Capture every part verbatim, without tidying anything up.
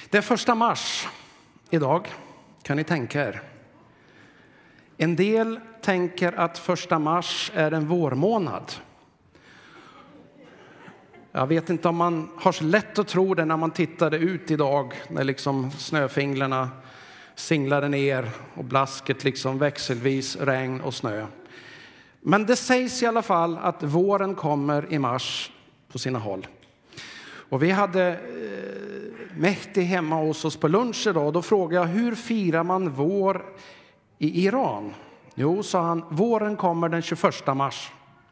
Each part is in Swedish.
Det är första mars idag, kan ni tänka er. En del tänker att första mars är en vårmånad. Jag vet inte om man har så lätt att tro det när man tittade ut idag, när liksom snöfinglarna singlade ner och blasket liksom växelvis regn och snö. Men det sägs i alla fall att våren kommer i mars på sina håll. Och vi hade eh, Mehdi hemma hos oss på lunch idag. Då frågade jag, hur firar man vår i Iran? Jo, sa han, våren kommer den tjugoförsta mars.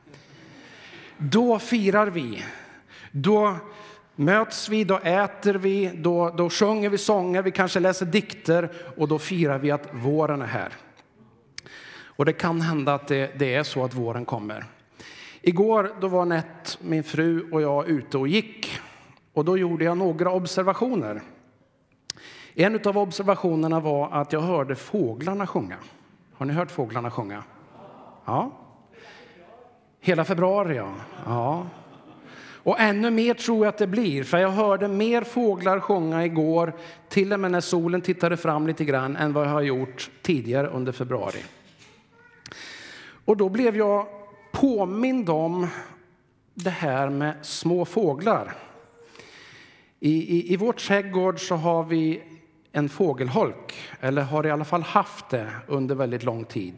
Då firar vi. Då möts vi, då äter vi, då, då sjunger vi sånger, vi kanske läser dikter och då firar vi att våren är här. Och det kan hända att det, det är så att våren kommer. Igår då var Nett, min fru och jag ute och gick. Och då gjorde jag några observationer. En av observationerna var att jag hörde fåglarna sjunga. Har ni hört fåglarna sjunga? Ja. Hela februari, ja. Ja. Och ännu mer tror jag att det blir. För jag hörde mer fåglar sjunga igår. Till och med när solen tittade fram lite grann än vad jag har gjort tidigare under februari. Och då blev jag påmind om det här med små fåglar. I, i, I vårt trädgård så har vi en fågelholk. Eller har i alla fall haft det under väldigt lång tid.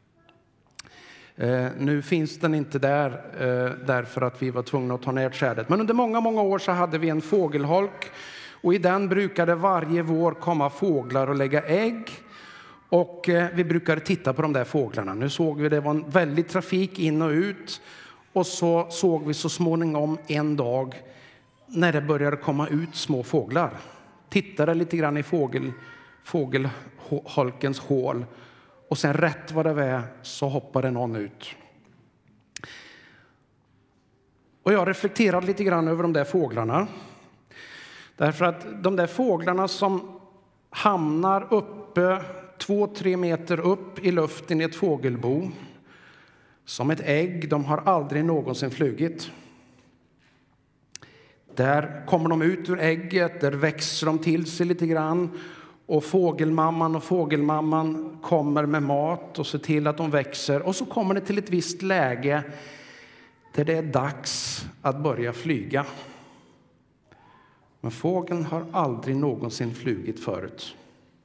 Eh, nu finns den inte där eh, därför att vi var tvungna att ta ner trädet. Men under många, många år så hade vi en fågelholk. Och i den brukade varje vår komma fåglar och lägga ägg. Och eh, vi brukade titta på de där fåglarna. Nu såg vi det var en väldig trafik in och ut. Och så såg vi så småningom en dag när det började komma ut små fåglar. Tittade lite grann i fågel, fågelholkens hål. Och sen rätt vad det var så hoppade någon ut. Och jag reflekterade lite grann över de där fåglarna. Därför att de där fåglarna som hamnar uppe två, tre meter upp i luften i ett fågelbo. Som ett ägg, de har aldrig någonsin flugit. Där kommer de ut ur ägget, där växer de till sig lite grann. Och fågelmamman och fågelmamman kommer med mat och ser till att de växer. Och så kommer det till ett visst läge där det är dags att börja flyga. Men fågeln har aldrig någonsin flugit förut.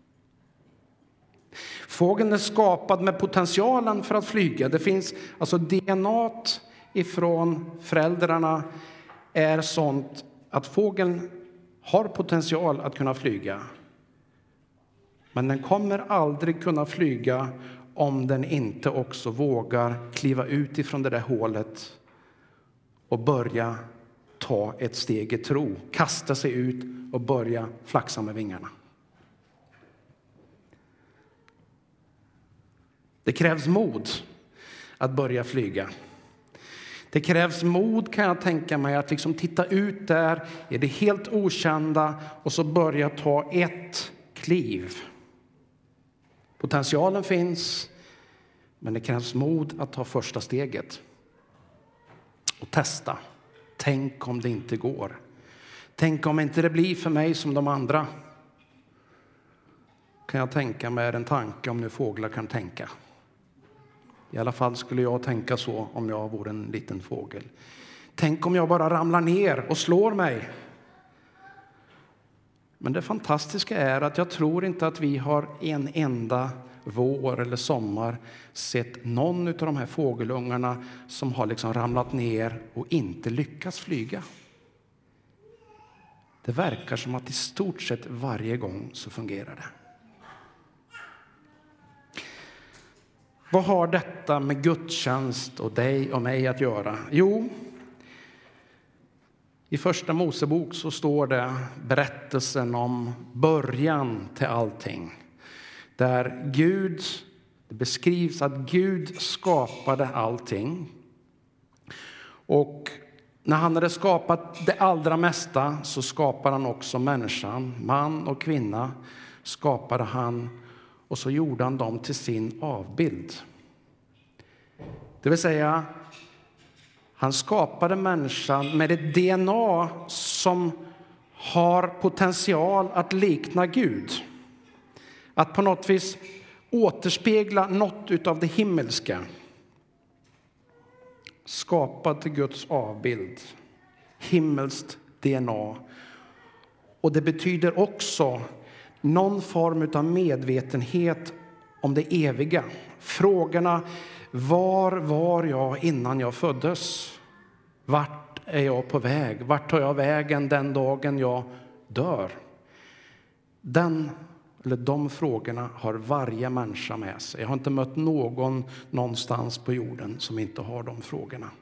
Fågeln är skapad med potentialen för att flyga. Det finns alltså D N A ifrån föräldrarna är sånt att fågeln har potential att kunna flyga. Men den kommer aldrig kunna flyga om den inte också vågar kliva ut ifrån det där hålet och börja ta ett steg i tro. Kasta sig ut och börja flaxa med vingarna. Det krävs mod att börja flyga. Det krävs mod, kan jag tänka mig, att liksom titta ut där i det helt okända och så börja ta ett kliv. Potentialen finns, men det krävs mod att ta första steget. Och testa. Tänk om det inte går. Tänk om inte det blir för mig som de andra. Kan jag tänka mig en tanke om nu fåglar kan tänka. I alla fall skulle jag tänka så om jag vore en liten fågel. Tänk om jag bara ramlar ner och slår mig. Men det fantastiska är att jag tror inte att vi har en enda vår eller sommar sett någon av de här fågelungarna som har liksom ramlat ner och inte lyckats flyga. Det verkar som att i stort sett varje gång så fungerar det. Vad har detta med gudstjänst och dig och mig att göra? Jo, i första Mosebok så står det berättelsen om början till allting. Där Gud, det beskrivs att Gud skapade allting. Och när han hade skapat det allra mesta så skapade han också människan. Man och kvinna skapade han och så gjorde han dem till sin avbild. Det vill säga, han skapade människan med ett D N A som har potential att likna Gud. Att på något vis återspegla något av det himmelska. Skapad till Guds avbild. Himmelskt D N A. Och det betyder också någon form av medvetenhet om det eviga. Frågorna: var var jag innan jag föddes? Vart är jag på väg? Vart tar jag vägen den dagen jag dör? Den, eller de frågorna har varje människa med sig. Jag har inte mött någon någonstans på jorden som inte har de frågorna.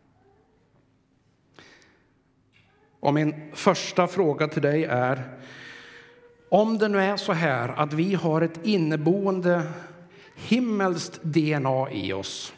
Och min första fråga till dig är: om det nu är så här att vi har ett inneboende himmelskt D N A i oss,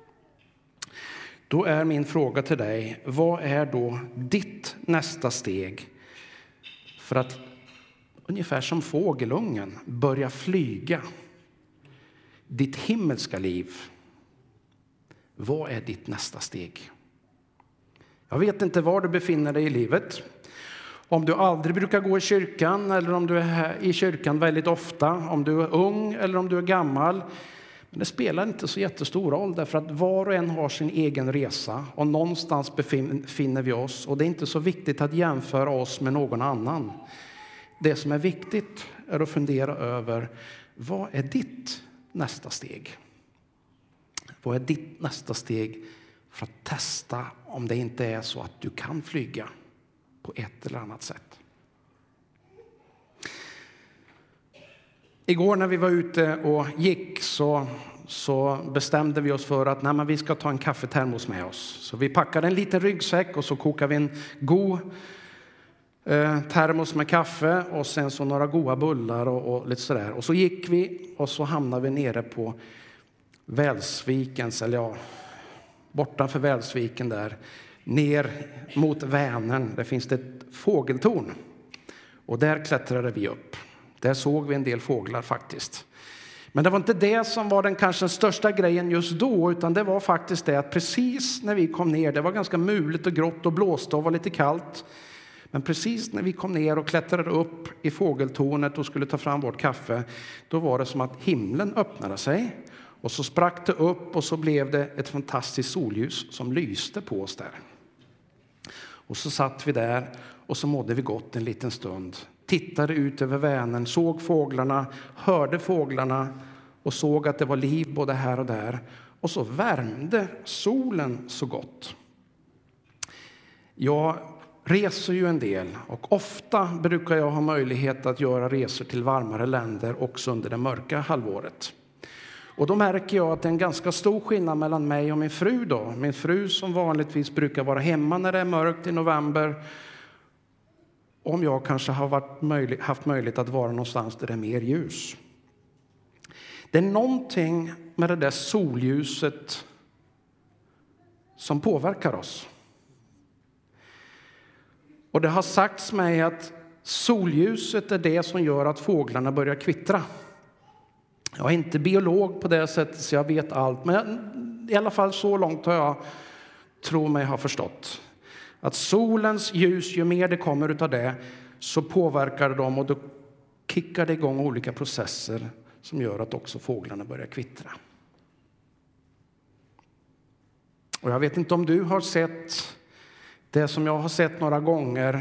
då är min fråga till dig: vad är då ditt nästa steg för att ungefär som fågelungen börja flyga ditt himmelska liv? Vad är ditt nästa steg? Jag vet inte var du befinner dig i livet. Om du aldrig brukar gå i kyrkan eller om du är här i kyrkan väldigt ofta. Om du är ung eller om du är gammal. Men det spelar inte så jättestor roll, därför att var och en har sin egen resa. Och någonstans befinner vi oss. Och det är inte så viktigt att jämföra oss med någon annan. Det som är viktigt är att fundera över: vad är ditt nästa steg? Vad är ditt nästa steg för att testa om det inte är så att du kan flyga på ett eller annat sätt? Igår när vi var ute och gick så, så bestämde vi oss för att nej, men vi ska ta en kaffetermos med oss. Så vi packade en liten ryggsäck och så kokade vi en god eh, termos med kaffe och sen så några goda bullar och, och lite sådär. Och så gick vi och så hamnade vi nere på Välsvikens, eller ja, bortanför Välsviken där, ner mot Vänern. Där finns det ett fågeltorn. Och där klättrade vi upp. Där såg vi en del fåglar faktiskt. Men det var inte det som var den kanske största grejen just då, utan det var faktiskt det att precis när vi kom ner, det var ganska muligt och grått och blåste och var lite kallt. Men precis när vi kom ner och klättrade upp i fågeltornet och skulle ta fram vårt kaffe, då var det som att himlen öppnade sig. Och så sprack det upp och så blev det ett fantastiskt solljus som lyste på oss där. Och så satt vi där och så mådde vi gott en liten stund. Tittade ut över Vänern, såg fåglarna, hörde fåglarna och såg att det var liv både här och där. Och så värmde solen så gott. Jag reser ju en del och ofta brukar jag ha möjlighet att göra resor till varmare länder också under det mörka halvåret. Och då märker jag att det är en ganska stor skillnad mellan mig och min fru då. Min fru som vanligtvis brukar vara hemma när det är mörkt i november. Om jag kanske har varit möjlig, haft möjlighet att vara någonstans där det är mer ljus. Det är någonting med det där solljuset som påverkar oss. Och det har sagts mig att solljuset är det som gör att fåglarna börjar kvittra. Jag är inte biolog på det sättet så jag vet allt. Men jag, i alla fall så långt har jag, tror mig, ha förstått. Att solens ljus, ju mer det kommer utav det, så påverkar det dem och då kickar det igång olika processer som gör att också fåglarna börjar kvittra. Och jag vet inte om du har sett det som jag har sett några gånger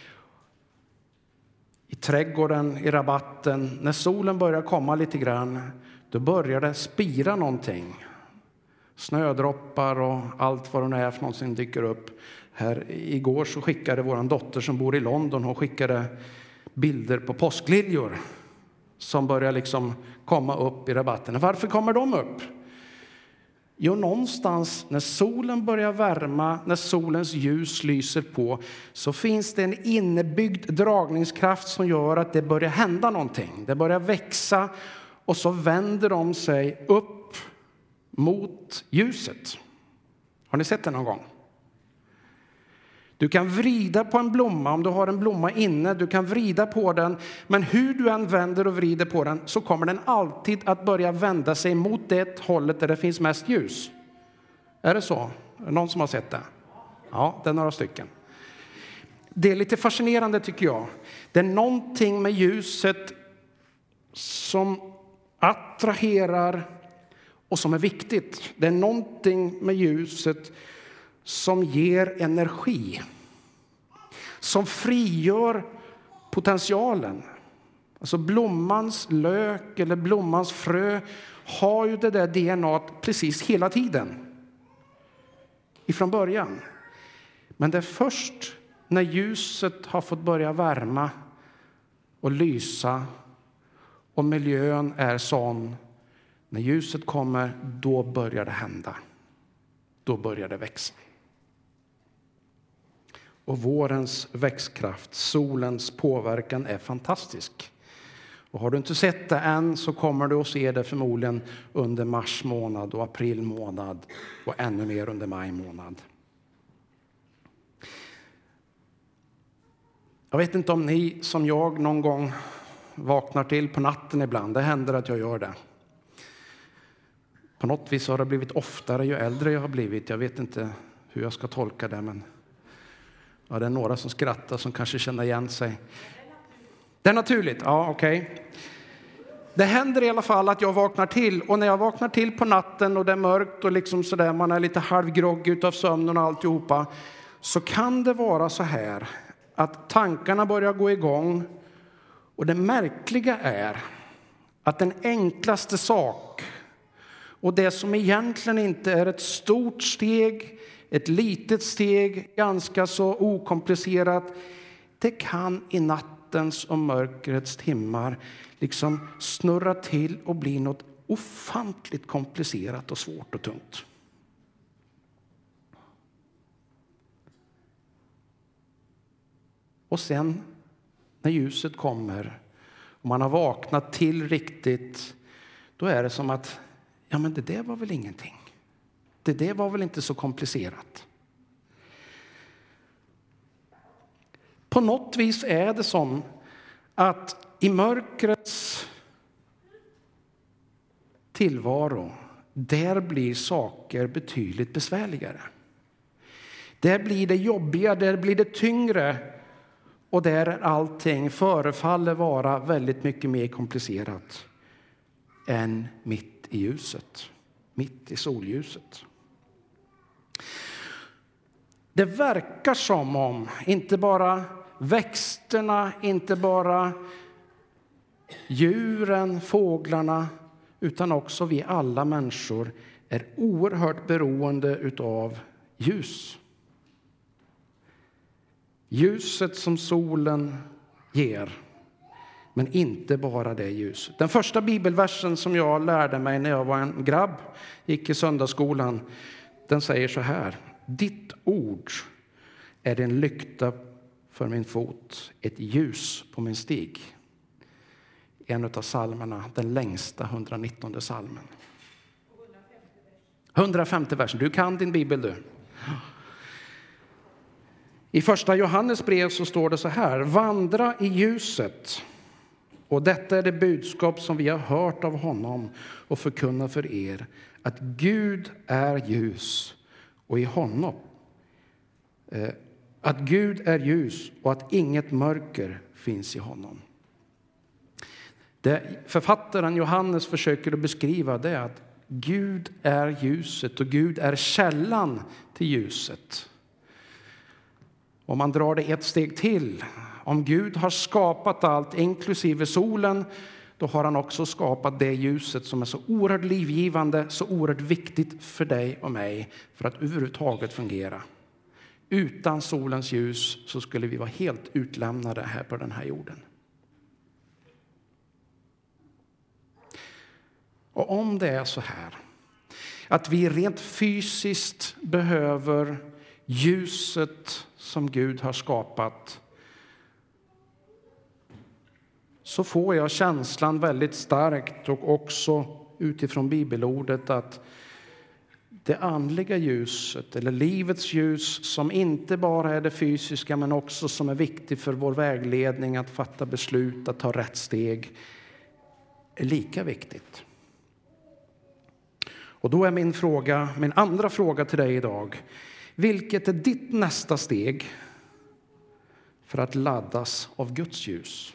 i trädgården, i rabatten. När solen börjar komma lite grann, då börjar det spira någonting. Snödroppar och allt vad det är för någonting dyker upp. Här igår så skickade vår dotter som bor i London, hon skickade bilder på påskliljor som börjar liksom komma upp i rabatten. Varför kommer de upp? Jo, någonstans när solen börjar värma, när solens ljus lyser på, så finns det en innebyggd dragningskraft som gör att det börjar hända någonting. Det börjar växa och så vänder de sig upp mot ljuset. Har ni sett det någon gång? Du kan vrida på en blomma om du har en blomma inne. Du kan vrida på den. Men hur du än vänder och vrider på den så kommer den alltid att börja vända sig mot det hållet där det finns mest ljus. Är det så? Är det någon som har sett det? Ja, det är några stycken. Det är lite fascinerande tycker jag. Det är någonting med ljuset som attraherar och som är viktigt. Det är någonting med ljuset som ger energi. Som frigör potentialen. Alltså blommans lök eller blommans frö har ju det där D N A precis hela tiden. Ifrån början. Men det är först när ljuset har fått börja värma och lysa och miljön är sån, när ljuset kommer, då börjar det hända. Då börjar det växa. Och vårens växtkraft, solens påverkan är fantastisk. Och har du inte sett det än så kommer du att se det förmodligen under mars månad och april månad och ännu mer under maj månad. Jag vet inte om ni som jag någon gång vaknar till på natten ibland. Det händer att jag gör det. På något vis har det blivit oftare ju äldre jag har blivit. Jag vet inte hur jag ska tolka det, men ja, det är några som skrattar som kanske känner igen sig. Det är naturligt, ja okej. Okay. Det händer i alla fall att jag vaknar till. Och när jag vaknar till på natten och det är mörkt och liksom sådär, man är lite halvgrogg utav sömnen och alltihopa. Så kan det vara så här att tankarna börjar gå igång. Och det märkliga är att den enklaste sak och det som egentligen inte är ett stort steg, ett litet steg, ganska så okomplicerat, det kan i nattens och mörkrets timmar liksom snurra till och bli något ofantligt komplicerat och svårt och tungt. Och sen när ljuset kommer och man har vaknat till riktigt, då är det som att ja, men det där var väl ingenting. Det där var väl inte så komplicerat. På något vis är det som att i mörkrets tillvaro, där blir saker betydligt besvärligare. Där blir det jobbiga, där blir det tyngre. Och där allting förefaller vara väldigt mycket mer komplicerat än mitt i ljuset. Mitt i solljuset. Det verkar som om inte bara växterna, inte bara djuren, fåglarna, utan också vi alla människor är oerhört beroende utav ljus. Ljuset som solen ger, men inte bara det ljuset. Den första bibelversen som jag lärde mig när jag var en grabb, gick i söndagsskolan, den säger så här: ditt ord är en lykta för min fot, ett ljus på min stig. En av psalmerna, den längsta, hundranittonde psalmen. hundrafemte versen, du kan din bibel du. I första Johannes brev så står det så här: vandra i ljuset. Och detta är det budskap som vi har hört av honom och förkunnar för er, att Gud är ljus och i honom eh, att Gud är ljus och att inget mörker finns i honom. Det författaren Johannes försöker att beskriva, det är att Gud är ljuset och Gud är källan till ljuset. Om man drar det ett steg till, om Gud har skapat allt inklusive solen, då har han också skapat det ljuset som är så oerhört livgivande, så oerhört viktigt för dig och mig för att överhuvudtaget fungera. Utan solens ljus så skulle vi vara helt utlämnade här på den här jorden. Och om det är så här att vi rent fysiskt behöver ljuset som Gud har skapat, så får jag känslan väldigt starkt och också utifrån bibelordet att det andliga ljuset eller livets ljus som inte bara är det fysiska men också som är viktigt för vår vägledning att fatta beslut, att ta rätt steg, är lika viktigt. Och då är min fråga, min andra fråga till dig idag: vilket är ditt nästa steg för att laddas av Guds ljus.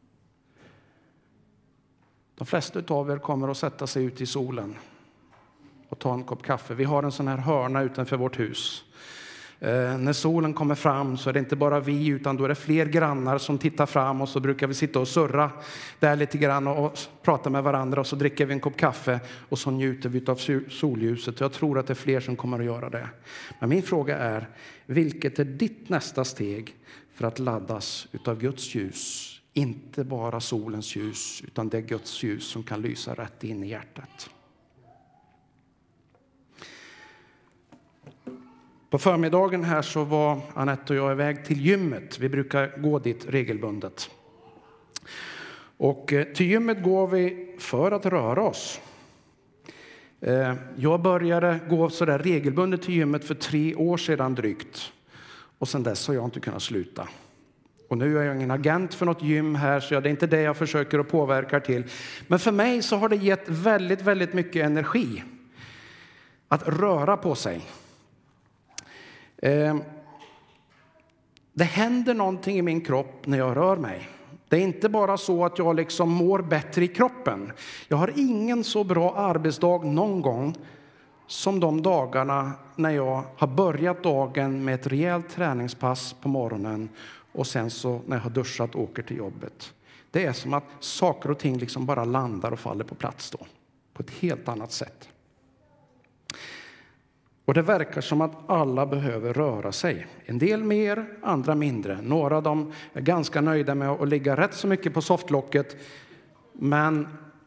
De flesta av er kommer att sätta sig ut i solen och ta en kopp kaffe. Vi har en sån här hörna utanför vårt hus. Eh, när solen kommer fram så är det inte bara vi, utan då är det fler grannar som tittar fram, och så brukar vi sitta och surra där lite grann och, och prata med varandra, och så dricker vi en kopp kaffe och så njuter vi av solljuset. Jag tror att det är fler som kommer att göra det. Men min fråga är, vilket är ditt nästa steg för att laddas utav Guds ljus? Inte bara solens ljus, utan det är Guds ljus som kan lysa rätt in i hjärtat. På förmiddagen här så var Anette och jag iväg till gymmet. Vi brukar gå dit regelbundet. Och till gymmet går vi för att röra oss. Jag började gå så där regelbundet till gymmet för tre år sedan drygt. Och sedan dess har jag inte kunnat sluta. Och nu är jag ingen agent för något gym här, så det är inte det jag försöker att påverka till. Men för mig så har det gett väldigt, väldigt mycket energi att röra på sig. Eh, det händer någonting i min kropp när jag rör mig. Det är inte bara så att jag liksom mår bättre i kroppen. Jag har ingen så bra arbetsdag någon gång som de dagarna när jag har börjat dagen med ett rejält träningspass på morgonen, och sen så när jag har duschat åker till jobbet. Det är som att saker och ting liksom bara landar och faller på plats då. På ett helt annat sätt. Och det verkar som att alla behöver röra sig. En del mer, andra mindre. Några av dem är ganska nöjda med att ligga rätt så mycket på softlocket. Men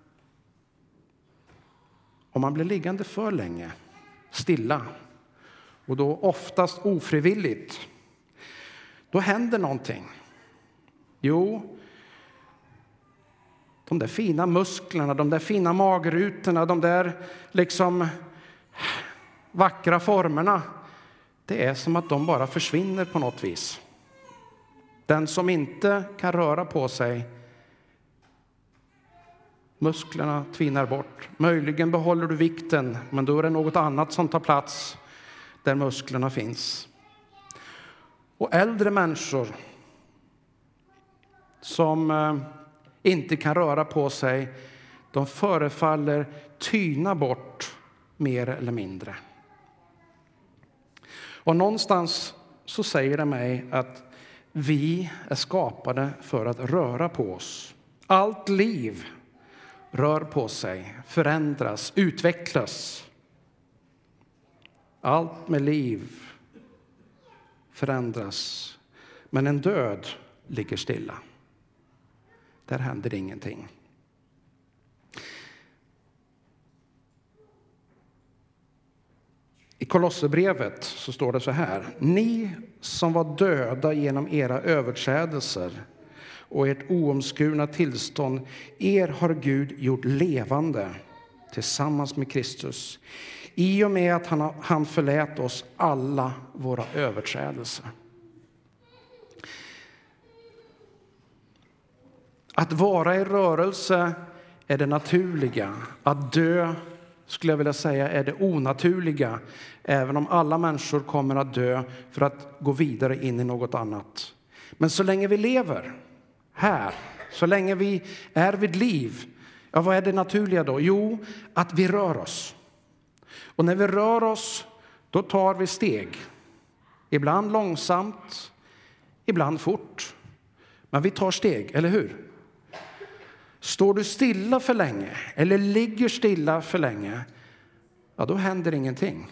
om man blir liggande för länge, stilla, och då oftast ofrivilligt, då händer någonting. Jo, de där fina musklerna, de där fina magrutorna, de där liksom vackra formerna, det är som att de bara försvinner på något vis. Den som inte kan röra på sig, musklerna tvinar bort. Möjligen behåller du vikten, men då är det något annat som tar plats där musklerna finns. Och äldre människor som eh, inte kan röra på sig, de förefaller tyna bort mer eller mindre. Och någonstans så säger det mig att vi är skapade för att röra på oss. Allt liv rör på sig, förändras, utvecklas. Allt med liv förändras. Men en död ligger stilla. Där händer ingenting. I Kolosserbrevet så står det så här: ni som var döda genom era överträdelser och ert oomskurna tillstånd, er har Gud gjort levande tillsammans med Kristus, i och med att han, han förlät oss alla våra överträdelser. Att vara i rörelse är det naturliga. Att dö, skulle jag vilja säga, är det onaturliga. Även om alla människor kommer att dö för att gå vidare in i något annat. Men så länge vi lever här, så länge vi är vid liv, ja, vad är det naturliga då? Jo, att vi rör oss. Och när vi rör oss, då tar vi steg. Ibland långsamt, ibland fort. Men vi tar steg, eller hur? Står du stilla för länge eller ligger stilla för länge, ja, då händer ingenting.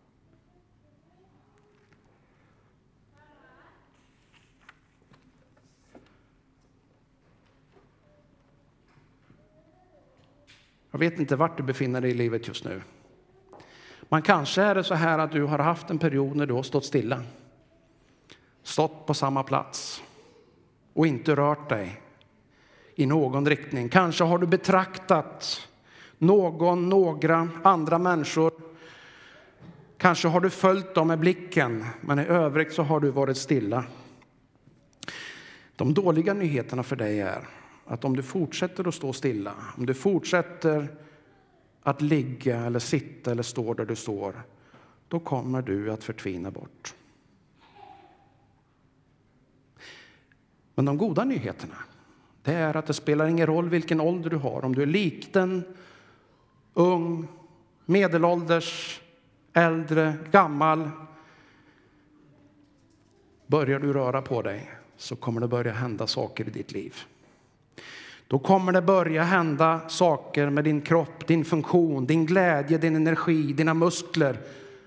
Jag vet inte vart du befinner dig i livet just nu. Man kanske är det så här att du har haft en period när du har stått stilla. Stått på samma plats och inte rört dig i någon riktning. Kanske har du betraktat någon, några andra människor. Kanske har du följt dem med blicken, men i övrigt så har du varit stilla. De dåliga nyheterna för dig är att om du fortsätter att stå stilla, om du fortsätter att ligga eller sitta eller stå där du står, då kommer du att förtvina bort. Men de goda nyheterna, det är att det spelar ingen roll vilken ålder du har. Om du är liten, ung, medelålders, äldre, gammal. Börjar du röra på dig så kommer det börja hända saker i ditt liv. Då kommer det börja hända saker med din kropp, din funktion, din glädje, din energi, dina muskler.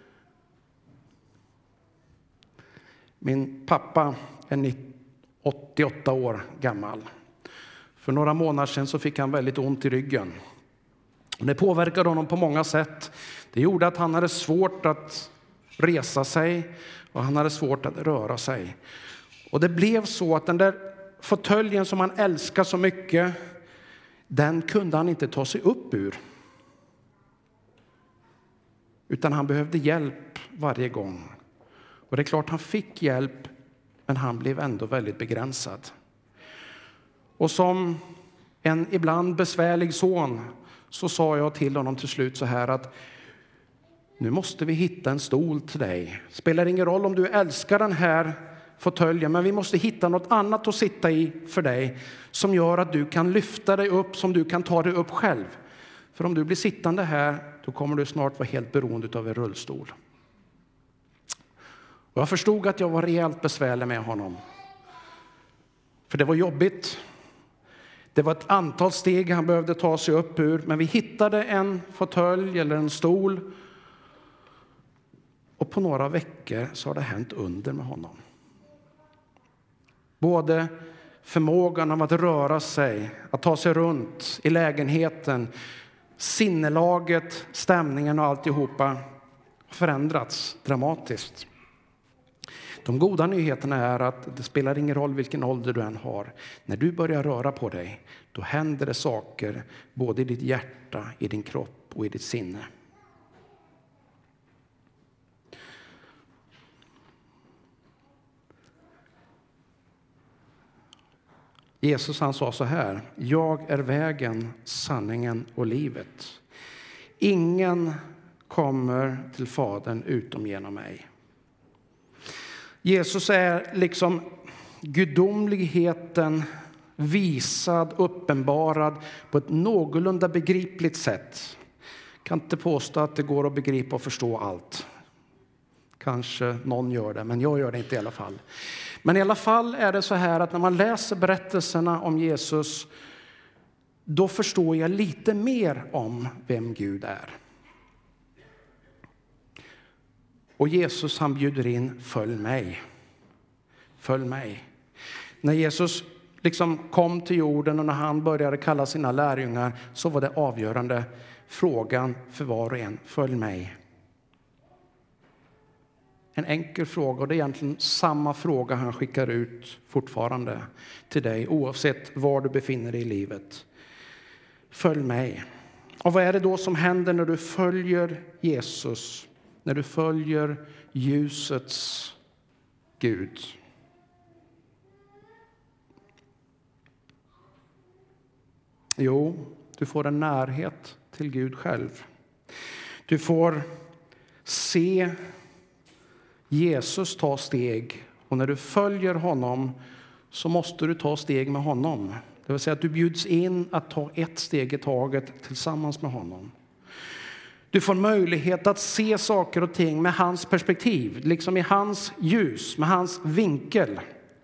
Min pappa är åttioåtta år gammal. För några månader sedan så fick han väldigt ont i ryggen. Det påverkade honom på många sätt. Det gjorde att han hade svårt att resa sig och han hade svårt att röra sig. Och det blev så att den där fåtöljen som han älskar så mycket, den kunde han inte ta sig upp ur. Utan han behövde hjälp varje gång. Och det är klart han fick hjälp, men han blev ändå väldigt begränsad. Och som en ibland besvärlig son så sa jag till honom till slut så här att nu måste vi hitta en stol till dig. Spelar ingen roll om du älskar den här fåtöljen, men vi måste hitta något annat att sitta i för dig som gör att du kan lyfta dig upp, som du kan ta dig upp själv. För om du blir sittande här, då kommer du snart vara helt beroende av en rullstol. Och jag förstod att jag var rejält besvärlig med honom. För det var jobbigt. Det var ett antal steg han behövde ta sig upp ur. Men vi hittade en fåtölj eller en stol. Och på några veckor så har det hänt under med honom. Både förmågan av att röra sig, att ta sig runt i lägenheten, sinnelaget, stämningen och alltihopa har förändrats dramatiskt. De goda nyheterna är att det spelar ingen roll vilken ålder du än har. När du börjar röra på dig, då händer det saker både i ditt hjärta, i din kropp och i ditt sinne. Jesus han sa så här: jag är vägen, sanningen och livet. Ingen kommer till Fadern utom genom mig. Jesus är liksom gudomligheten visad, uppenbarad på ett någorlunda begripligt sätt. Jag kan inte påstå att det går att begripa och förstå allt. Kanske någon gör det, men jag gör det inte i alla fall. Men i alla fall är det så här att när man läser berättelserna om Jesus, då förstår jag lite mer om vem Gud är. Och Jesus han bjuder in, följ mig. Följ mig. När Jesus liksom kom till jorden och när han började kalla sina lärjungar, så var det avgörande frågan för var och en, följ mig. En enkel fråga, och det är egentligen samma fråga han skickar ut fortfarande till dig oavsett var du befinner dig i livet. Följ mig. Och vad är det då som händer när du följer Jesus? När du följer ljusets Gud? Jo, du får en närhet till Gud själv. Du får se Jesus ta steg, och när du följer honom så måste du ta steg med honom. Det vill säga att du bjuds in att ta ett steg i taget tillsammans med honom. Du får möjlighet att se saker och ting med hans perspektiv, liksom i hans ljus, med hans vinkel.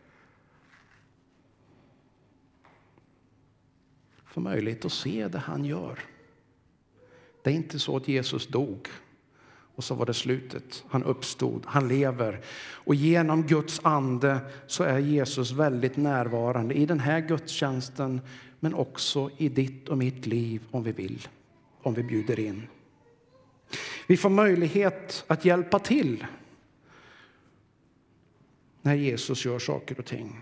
Du får möjlighet att se det han gör. Det är inte så att Jesus dog och så var det slutet. Han uppstod, han lever. Och genom Guds ande så är Jesus väldigt närvarande i den här gudstjänsten, men också i ditt och mitt liv om vi vill, om vi bjuder in. Vi får möjlighet att hjälpa till när Jesus gör saker och ting.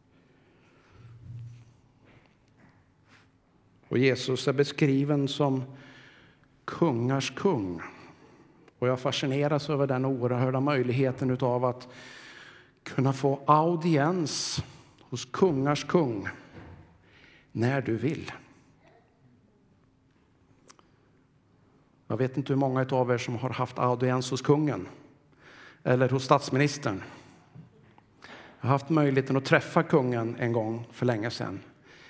Och Jesus är beskriven som kungars kung. Och jag fascineras över den oerhörda möjligheten utav att kunna få audiens hos kungars kung när du vill. Jag vet inte hur många av er som har haft audiens hos kungen eller hos statsministern. Jag har haft möjligheten att träffa kungen en gång för länge sedan.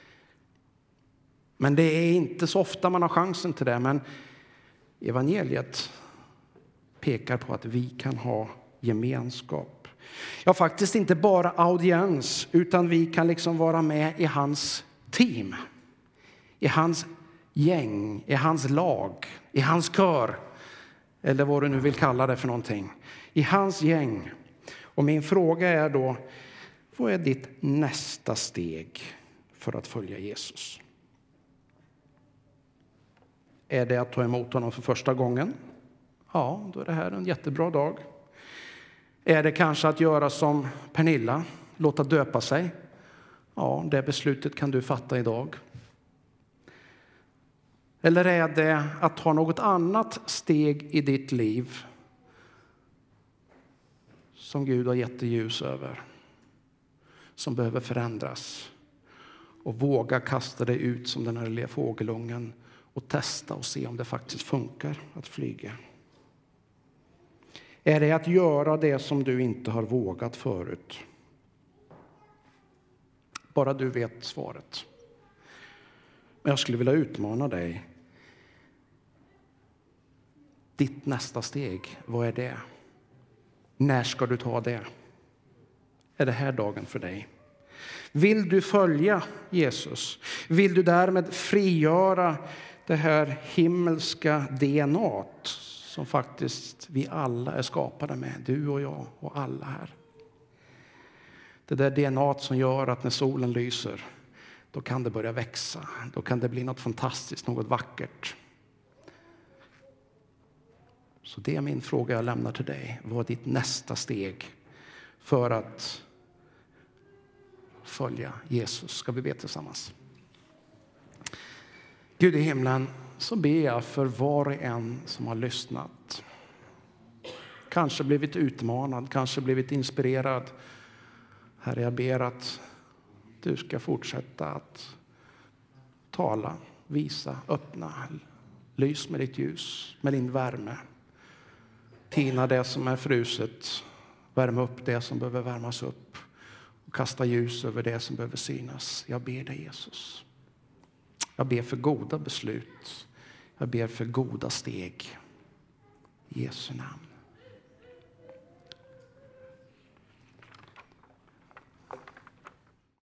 Men det är inte så ofta man har chansen till det. Men evangeliet pekar på att vi kan ha gemenskap. Ja, faktiskt inte bara audiens, utan vi kan liksom vara med i hans team. I hans gäng, i hans lag, i hans kör. Eller vad du nu vill kalla det för någonting. I hans gäng. Och min fråga är då, vad är ditt nästa steg för att följa Jesus? Är det att ta emot honom för första gången? Ja, då är det här en jättebra dag. Är det kanske att göra som Pernilla, låta döpa sig? Ja, det beslutet kan du fatta idag. Eller är det att ta något annat steg i ditt liv som Gud har gett dig ljus över, som behöver förändras, och våga kasta dig ut som den här lilla fågelungen och testa och se om det faktiskt funkar att flyga? Är det att göra det som du inte har vågat förut? Bara du vet svaret. Men jag skulle vilja utmana dig. Ditt nästa steg, vad är det? När ska du ta det? Är det här dagen för dig? Vill du följa Jesus? Vill du därmed frigöra det här himmelska D N A som faktiskt vi alla är skapade med, du och jag och alla här? Det där D N A som gör att när solen lyser, då kan det börja växa. Då kan det bli något fantastiskt, något vackert. Så det är min fråga jag lämnar till dig. Vad är ditt nästa steg för att följa Jesus? Ska vi be tillsammans? Gud i himlen, så ber jag för var och en som har lyssnat. Kanske blivit utmanad, kanske blivit inspirerad. Herre, jag ber att du ska fortsätta att tala, visa, öppna. Lys med ditt ljus, med din värme. Tina det som är fruset, värma upp det som behöver värmas upp och kasta ljus över det som behöver synas. Jag ber dig, Jesus. Jag ber för goda beslut. Jag ber för goda steg. I Jesu namn.